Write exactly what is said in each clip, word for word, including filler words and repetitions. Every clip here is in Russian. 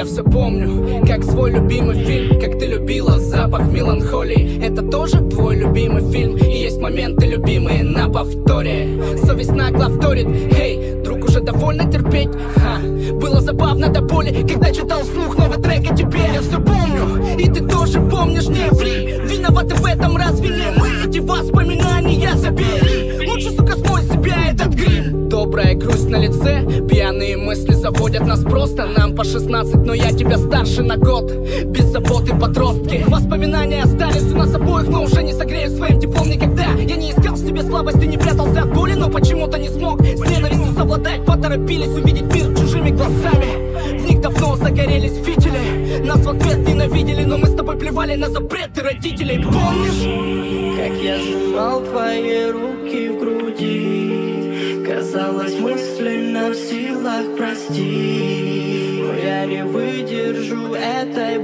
Я все помню, как свой любимый фильм, как ты любила запах меланхолии. Это тоже твой любимый фильм, и есть моменты любимые на повторе. Совесть нагло вторит: эй, друг, уже довольно терпеть. Ха. Было забавно до боли, когда читал вслух новый трек о тебе. Я все помню, и ты тоже помнишь, не ври. Виноваты в этом разве не мы? Эти воспоминания забери. Лучше, сука, смой с себя этот грим. Добрая грусть на лице, пьяные мысли заводят нас просто. Нам по шестнадцать, но я тебя старше на год. Без заботы подростки. Воспоминания остались у нас обоих, но уже не согрею своим теплом никогда. Я не искал в себе слабости, не прятался от боли, но почему-то не смог с ненавистью совладать. Поторопились увидеть мир чужими глазами. В них давно загорелись фитили. Нас в ответ ненавидели, но мы с тобой плевали на запреты родителей. Помнишь, как я сжимал твои руки в груди? Казалось, мысленно в силах простить, но я не выдержу этой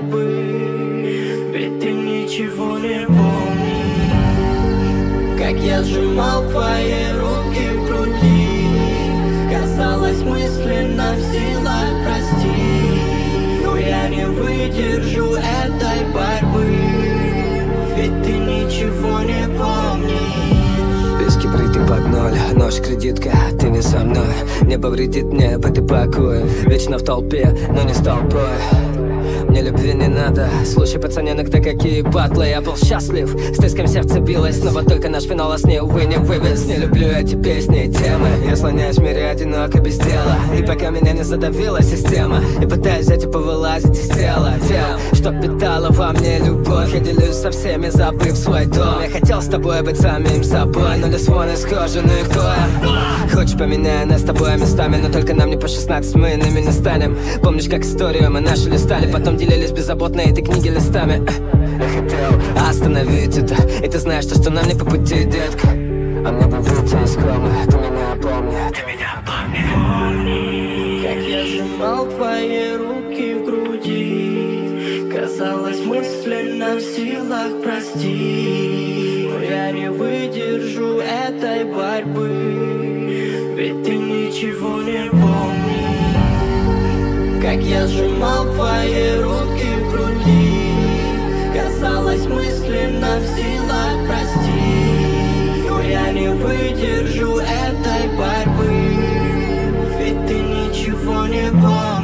борьбы, ведь ты ничего не помнишь. Как я сжимал твои руки в груди, казалось, мысленно в силах простить, но я не выдержу этой борьбы, ведь ты ничего не помнишь. Виски бритый под ноль, нож кредитка, ты не со мной. Не повредит мне быт и покой. Вечно в толпе, но не с толпой. Мне любви не надо. Слушай, пацаненок, да какие батлы. Я был счастлив, с тиском сердце билось, но вот только наш финал а с ней, увы, не вывез. Не люблю эти песни и темы. Я слоняюсь в мире одиноко без дела, и пока меня не задавила система, и пытаюсь эти повылазить из тела тем, что питала во мне любовь. Я делюсь со всеми, забыв свой дом. Я хотел с тобой быть самим собой, но лишь вон исхожу, ну и кто я? Хочешь, поменяю нас с тобой местами, но только нам не по шестнадцать, мы иными не станем. Помнишь, как историю мы нашу листали, потом делились беззаботно этой книги листами. Я хотел остановить это, и ты знаешь, что, что нам не по пути, детка. А мне бы выйти из комы, ты меня помни, ты меня помни. Как я сжимал твои руки в груди, казалось, мысленно в силах простить, но я не выдержу этой борьбы, ведь ты ничего не помнишь. Как я сжимал твои руки в груди, казалось, мысленно в силах простить, но я не выдержу этой борьбы, ведь ты ничего не помнишь.